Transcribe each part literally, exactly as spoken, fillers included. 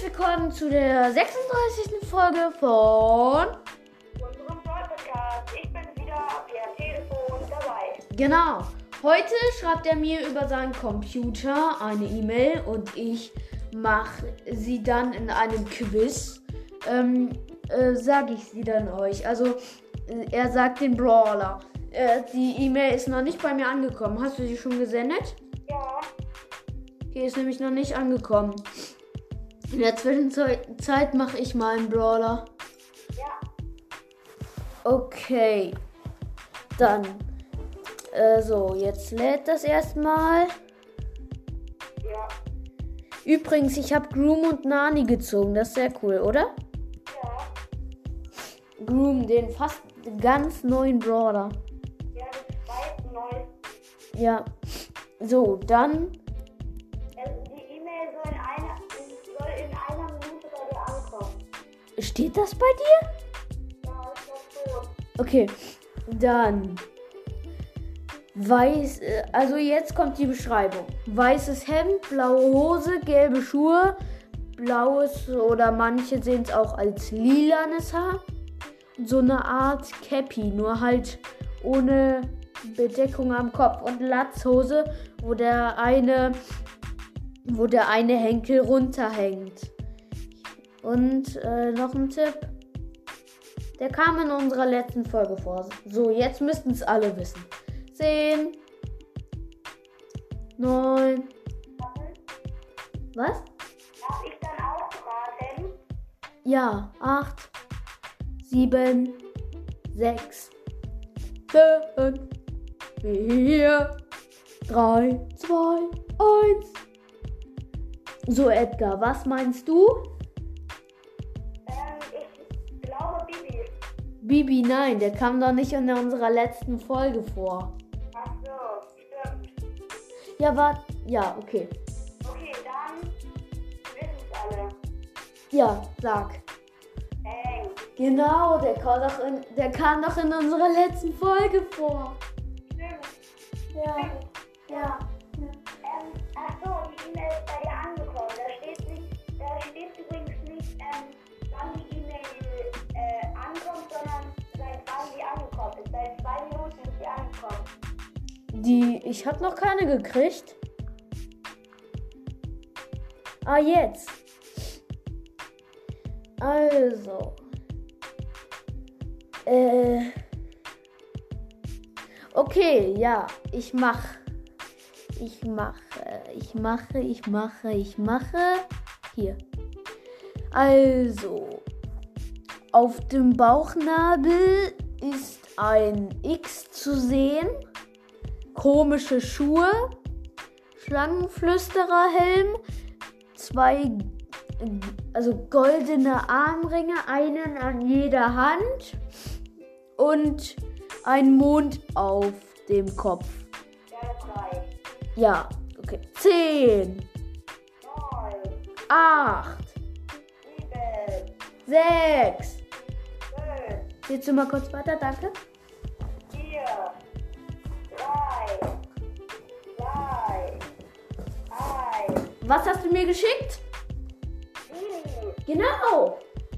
herzlich willkommen zu der sechsunddreißigsten Folge von unserem Podcast. Ich bin wieder per Telefon dabei. Genau. Heute schreibt er mir über seinen Computer eine E-Mail und ich mache sie dann in einem Quiz. Ähm, äh, sage ich sie dann euch. Also, äh, er sagt den Brawler. Äh, die E-Mail ist noch nicht bei mir angekommen. Hast du sie schon gesendet? Ja. Hier ist nämlich noch nicht angekommen. In der Zwischenzeit mache ich mal einen Brawler. Ja. Okay. Dann. Äh, so, jetzt lädt das erstmal. Ja. Übrigens, ich habe Groom und Nani gezogen. Das ist sehr cool, oder? Ja. Groom, den fast ganz neuen Brawler. Ja, das zweite neu. Ja. So, dann. Also die E-Mail soll in einer, soll in einer Minute bei dir ankommen. Steht das bei dir? Ja, ist doch so. Okay. Dann. Weiß, äh, also jetzt kommt die Beschreibung. Weißes Hemd, blaue Hose, gelbe Schuhe, blaues oder manche sehen es auch als lilanes Haar. So eine Art Cappy, nur halt ohne Bedeckung am Kopf und Latzhose, wo der eine, wo der eine Henkel runterhängt. Und äh, noch ein Tipp. Der kam in unserer letzten Folge vor. So, jetzt müssten es alle wissen. zehn, neun, was? Darf ich dann auch raten? Ja, acht, sieben, sechs, fünf, vier, drei, zwei, eins. So, Edgar, was meinst du? Ähm, ich glaube Bibi. Bibi, nein, der kam doch nicht in unserer letzten Folge vor. Ach so, stimmt. Ja, warte. Ja, okay. Okay, dann wissen es alle. Ja, sag. Hank. Genau, der kam doch in, der kam doch in unserer letzten Folge vor. Stimmt. Ja, Stimmt. ja. Ähm, ach so, die E-Mail ist bei dir angekommen. Da steht nicht, da steht übrigens nicht, ähm, wann die E-Mail äh, ankommt, sondern seit wann die angekommen ist. Seit zwei Minuten ist sie angekommen. Die, ich habe noch keine gekriegt. Ah, jetzt. Also. Äh. Okay, ja, ich mach. Ich mache, ich mache, ich mache, ich mache. Hier. Also. Auf dem Bauchnabel ist ein X zu sehen. Komische Schuhe. Schlangenflüstererhelm. Zwei, also goldene Armringe, einen an jeder Hand. Und ein Mond auf dem Kopf. Ja, drei, Ja, okay. Zehn, neun, acht, sieben, sechs. fünf, Willst du mal kurz weiter? Danke. vier, drei, zwei, eins. Was hast du mir geschickt? Genie. Genau.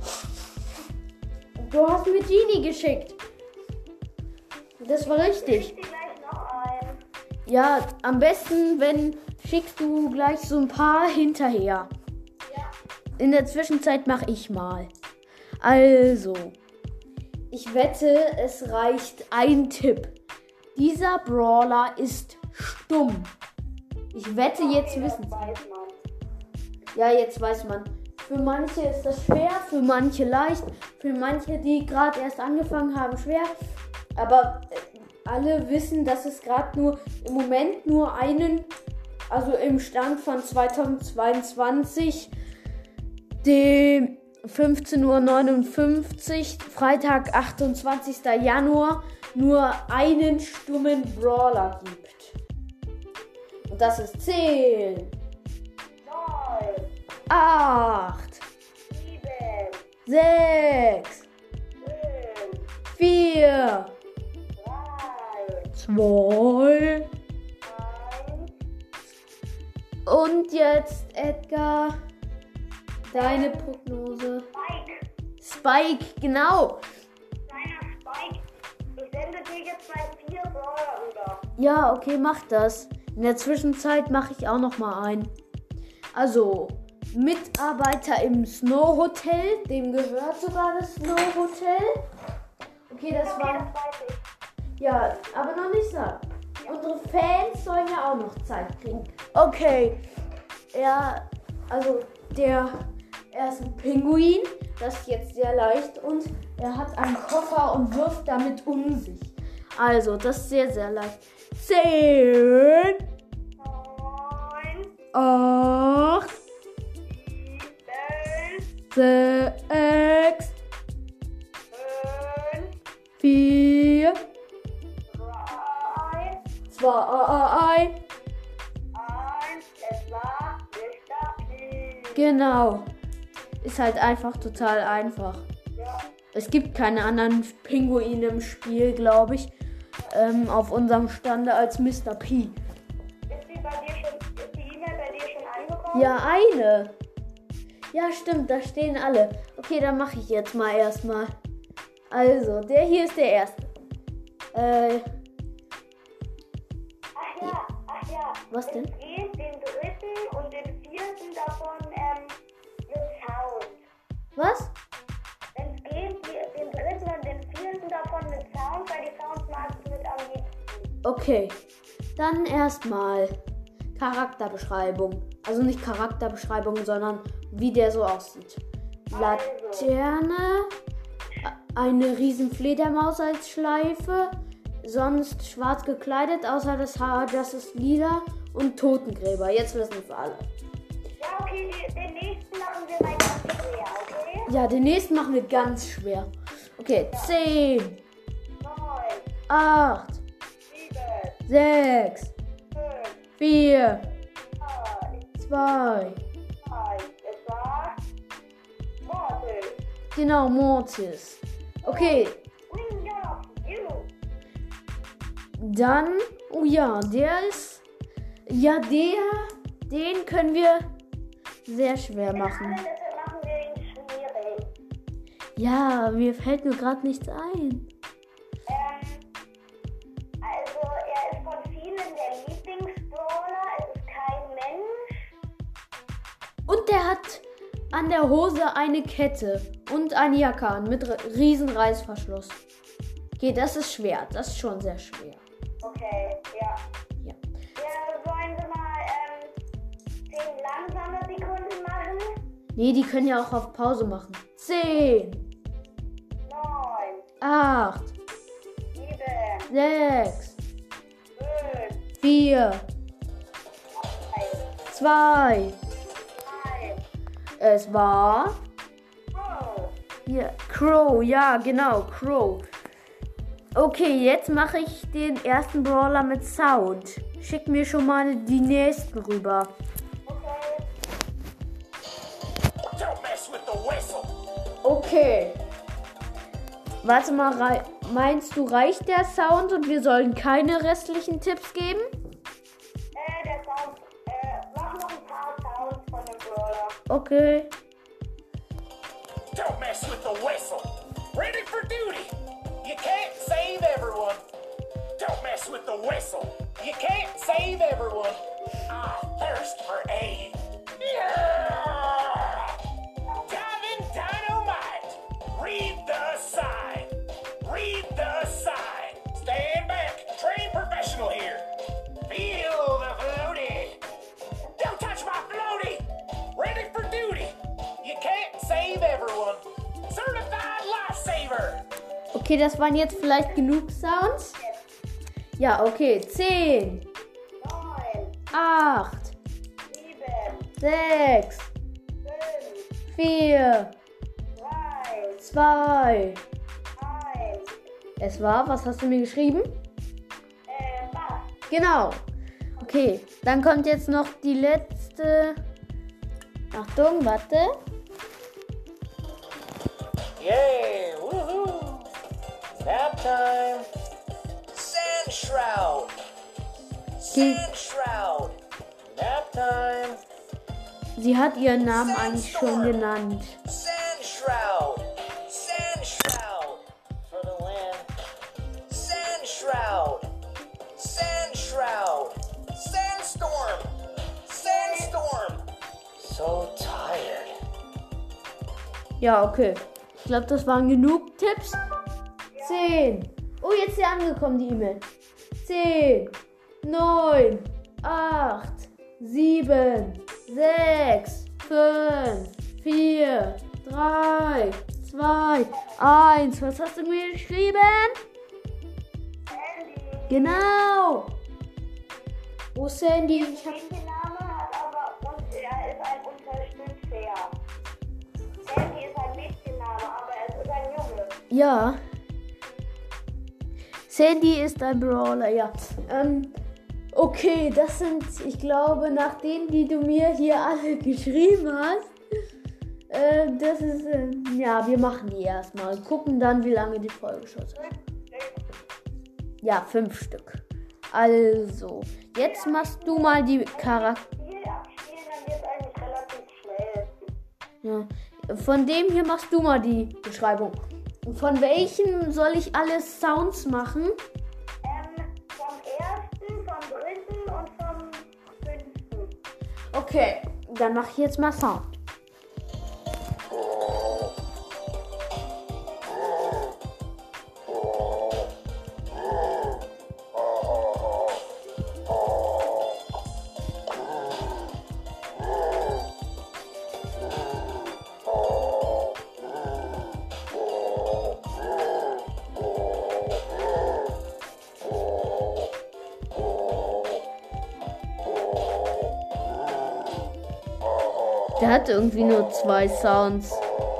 Du hast mir Genie geschickt. Das war Ich richtig. schick dir gleich noch ein. Ja, am besten, wenn schickst du gleich so ein paar hinterher. Ja. In der Zwischenzeit mache ich mal. Also, ich wette, es reicht ein Tipp. Dieser Brawler ist stumm. Ich wette, jetzt Okay, wissen das weiß man. Ja, jetzt weiß man. Für manche ist das schwer, für manche leicht, für manche, die gerade erst angefangen haben, schwer. Aber äh, alle wissen, dass es gerade nur im Moment nur einen, also im Stand von zweitausendzweiundzwanzig, dem fünfzehn Uhr neunundfünfzig, Freitag, achtundzwanzigster Januar, nur einen stummen Brawler gibt. Und das ist zehn, neun, acht, sieben, sechs, fünf, vier, drei, zwei. eins. Und jetzt, Edgar. Deine Prognose. Spike. Spike, genau. Kleiner Spike. Ich sende dir jetzt mal vier Brawler rüber. Ja, okay, mach das. In der Zwischenzeit mache ich auch noch mal ein. Also, Mitarbeiter im Snow Hotel. Dem gehört sogar das Snow Hotel. Okay, das Okay, war... das weiß ich. Ja, aber noch nicht sagen. Unsere Fans sollen ja auch noch Zeit kriegen. Okay. Er, also der, er ist ein Pinguin. Das ist jetzt sehr leicht. Und er hat einen Koffer und wirft damit um sich. Also, das ist sehr, sehr leicht. Zehn. Neun, Acht. sieben, Sechs. fünf, Vier. drei, Zwei. eins. Es war Mister P. Genau. Ist halt einfach total einfach. Ja. Es gibt keine anderen Pinguine im Spiel, glaube ich, ähm, auf unserem Stande als Mister P. Ist die bei dir schon, ist die E-Mail bei dir schon angekommen? Ja, eine. Ja, stimmt, da stehen alle. Okay, dann mache ich jetzt mal erstmal. Also, der hier ist der erste. Äh, Ach ja, ach ja. Was denn? Es geht den dritten und den vierten davon ähm, mit Sound. was? Es geht die, den dritten und den vierten davon mit Sound, weil die Sounds mag ich mit am liebsten. Okay, dann erstmal Charakterbeschreibung. Also nicht Charakterbeschreibung, sondern wie der so aussieht. Laterne, eine riesen Fledermaus als Schleife, sonst schwarz gekleidet, außer das Haar, das ist lila und Totengräber. Jetzt wissen es alle. Ja, okay, die, den nächsten machen wir mal ganz schwer, okay? Ja, den nächsten machen wir ganz schwer. Okay, zehn, Neun, acht, sieben, sechs, fünf, vier, drei, zwei. eins. Es war Mortis. Genau, Mortis. Okay, Wing up, you. dann, oh ja, der ist, ja, der, den können wir sehr schwer machen. Deshalb machen wir ihn schwierig. Ja, mir fällt nur gerade nichts ein. Ähm, also er ist von vielen der Lieblingsbrawler, es ist kein Mensch. Und der hat an der Hose eine Kette und eine Jacke an mit riesen Reißverschluss. Okay, das ist schwer, das ist schon sehr schwer. Okay, ja. Ja. Wir wollen wir mal ähm, zehn langsame Sekunden machen. Nee, die können ja auch auf Pause machen. Zehn, Neun, acht, sieben, sechs, fünf, vier, drei, zwei. eins. Es war Oh. hier Crow, ja genau, Crow. Okay, jetzt mache ich den ersten Brawler mit Sound. Schick mir schon mal die nächsten rüber. Okay. Don't mess with the whistle. Okay. Warte mal, rei- meinst du, reicht der Sound und wir sollen keine restlichen Tipps geben? Äh, der Sound, äh, mach noch ein paar Sounds von dem Brawler. Okay. Don't mess with the whistle. Ready for duty. You can't save everyone. Don't mess with the whistle. You can't save everyone. I thirst for aid. Yeah! Diving dynamite. Read the sign. Read the sign. Stand back. Trained professional here. Feel the floaty. Don't touch my floaty. Ready for duty. You can't save everyone. Certified lifesaver. Okay, das waren jetzt vielleicht genug Sounds. Ja, okay. Zehn, Neun, acht, sieben, sechs, fünf, vier, drei, zwei. eins. Es war, was hast du mir geschrieben? Äh, was? Genau. Okay, dann kommt jetzt noch die letzte. Achtung, warte. Yay! Woohoo! Nap time! Sand Shroud! Die- Sand Shroud! Nap time! Sie hat ihren Namen eigentlich schon genannt. Sand Shroud. Sand Shroud. For the win. Sand Shroud. Sand Shroud. Sandstorm. Sandstorm. So tired. Ja, okay. Ich glaube, das waren genug Tipps. zehn. Oh, jetzt ist sie angekommen, die E-Mail. zehn, neun, acht, sieben, sechs, fünf, vier, drei, zwei, eins. Was hast du mir geschrieben? Sandy. Genau. Wo ist Sandy? Ich hab... Mädchenname hat aber und er ist ein Unterstützer. Sandy ist ein Mädchenname, aber es ist ein Junge. Ja. Sandy ist ein Brawler, ja. Ähm, okay, das sind, ich glaube, nach denen, die du mir hier alle geschrieben hast, äh, das ist, äh, ja, wir machen die erstmal. Gucken dann, wie lange die Folge schon ist. Ja, fünf Stück. Also, jetzt machst du mal die Charakter. Spiel abspielen, dann wird es eigentlich relativ schnell. Ja. Von dem hier machst du mal die Beschreibung. Von welchen soll ich alle Sounds machen? Ähm, vom ersten, vom dritten und vom fünften. Okay, dann mache ich jetzt mal Sound. Der hat irgendwie nur zwei Sounds.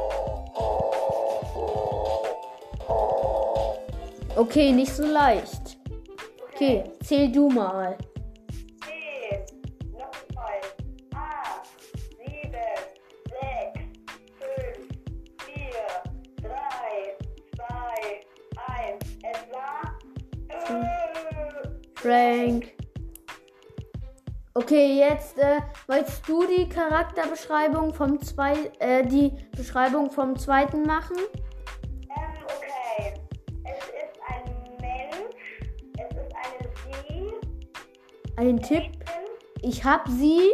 Okay, nicht so leicht. Okay, zähl du mal. zehn, neun, acht, sieben, sechs, fünf, vier, drei, zwei, eins. Es war... Äh, Frank. Okay, jetzt äh, wolltest du die Charakterbeschreibung vom zwei, äh, die Beschreibung vom zweiten machen? Ähm, okay. Es ist ein Mensch. Es ist eine Sie. Ein Tipp. Mädchen. Ich hab sie.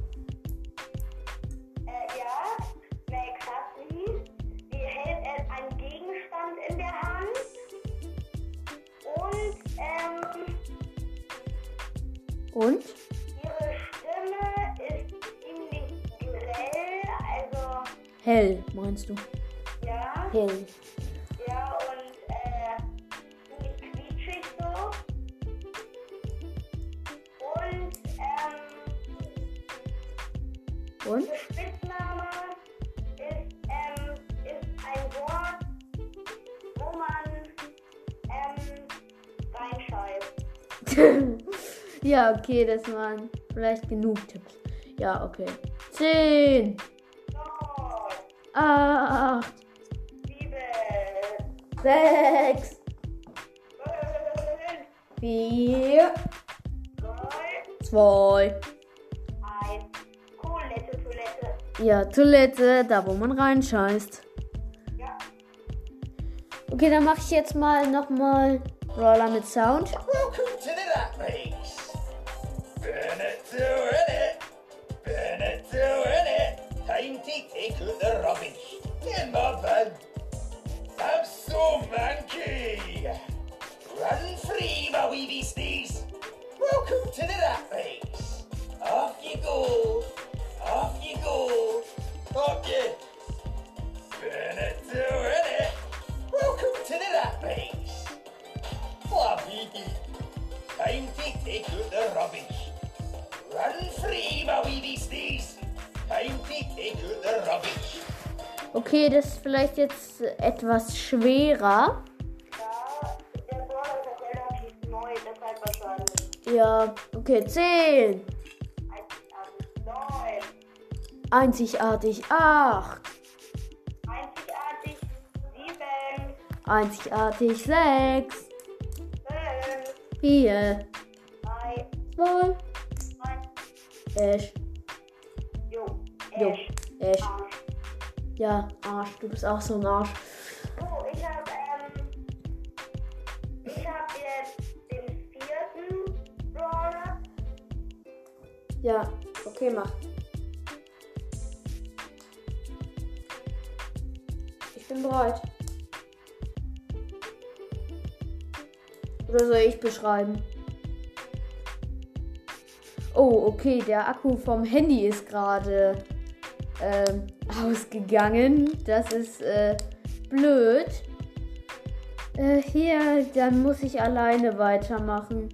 Äh, ja. Max hat sie. Sie hält äh, einen Gegenstand in der Hand. Und, ähm, Und? ihre Stimme ist ziemlich grell. Also, Hell, meinst du? ja. Hell. Ja, und, äh, ziemlich quietschig so. Und, ähm, Und? Ihr Spitzname ist, ähm, ist ein Wort, wo man ähm, reinscheißt. Ja, okay, das waren vielleicht genug Tipps. Ja, okay. Zehn, neun, acht, sieben, sechs, fünf, vier, drei, zwei. eins. Toilette, Toilette. Ja, Toilette, da wo man reinscheißt. Ja. Okay, dann mache ich jetzt mal nochmal Brawler mit Sound. Welcome to the Rat Race. Burn it to win it. Burn it to win it. Time to take out the rubbish. In my bin. I'm so manky. Run free, my wee beasties. Welcome to the Rat Race. Off you go. Off you go. Off you. Burn it to win it. Welcome to the Rat Race. Fluffy. Time to take out the rubbish. Run free, my wee beasties. Time to take out the rubbish. Okay, das ist vielleicht jetzt etwas schwerer. Ja, der Brawler ist auch relativ neu, deshalb wahrscheinlich. Ja, okay, zehn. Einzigartig neun. Einzigartig acht. Einzigartig sieben. Einzigartig sechs. Fünf. vier. drei. zwei. eins. Ash. Jo. Jo, Ash. Ash. Arsch. Ja, Arsch, du bist auch so ein Arsch. So, ich hab, ähm, ich hab jetzt den vierten Brawler. Ja, okay, mach. Ich bin bereit. Oder soll ich beschreiben? Oh, okay, der Akku vom Handy ist gerade ähm, ausgegangen. Das ist äh, blöd. Äh, hier, dann muss ich alleine weitermachen.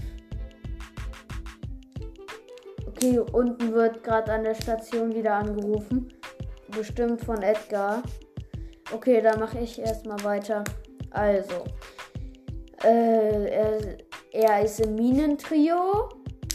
Okay, unten wird gerade an der Station wieder angerufen. Bestimmt von Edgar. Okay, dann mache ich erstmal weiter. Also, äh, er, er ist im Minentrio.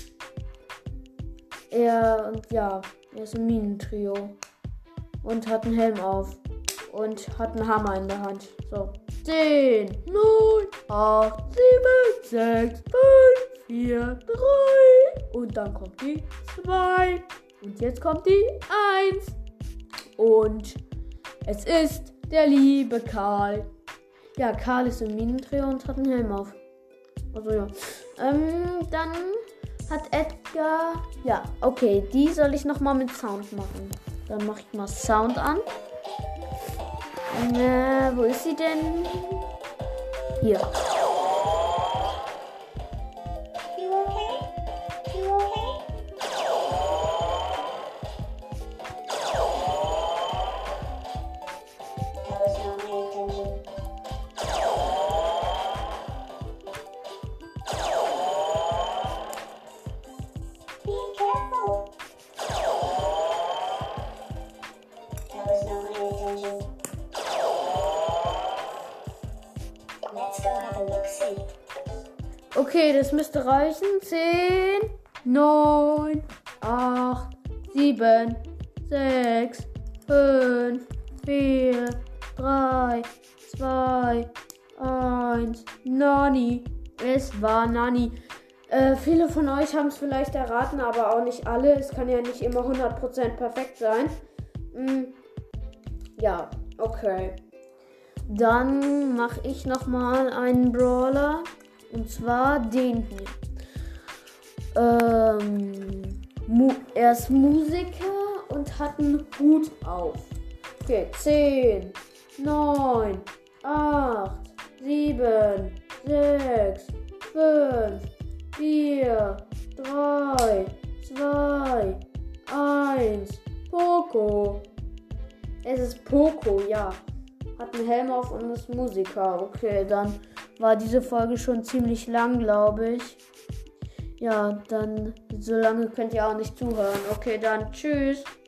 Er, und ja, er ist im Minentrio. Und hat einen Helm auf. Und hat einen Hammer in der Hand. So. zehn, neun, acht, sieben, sechs, fünf, vier, drei. Und dann kommt die zwei. Und jetzt kommt die eins. Und es ist der liebe Karl. Ja, Karl ist im Minentrio und hat einen Helm auf. Also ja. Ähm, dann hat Edgar... Ja, okay, die soll ich nochmal mit Sound machen. Dann mache ich mal Sound an. Äh, wo ist sie denn? Hier. You okay? You okay? That was not my intention. Be careful. That was not my intention. Let's go have a look-see. Okay, das müsste reichen. zehn, neun, acht, sieben, sechs, fünf, vier, drei, zwei, eins. Nani. Es war Nani. Äh, viele von euch haben es vielleicht erraten, aber auch nicht alle. Es kann ja nicht immer hundert Prozent perfekt sein. Mm, ja, okay. Dann mache ich nochmal einen Brawler. Und zwar den hier. Ähm, Mu- er ist Musiker und hat einen Hut auf. Okay, zehn, neun, acht, sieben, sechs, fünf, vier, drei, zwei, eins. Poco. Es ist Poco, ja. Hat einen Helm auf und ist Musiker. Okay, dann war diese Folge schon ziemlich lang, glaube ich. Ja, dann so lange könnt ihr auch nicht zuhören. Okay, dann tschüss.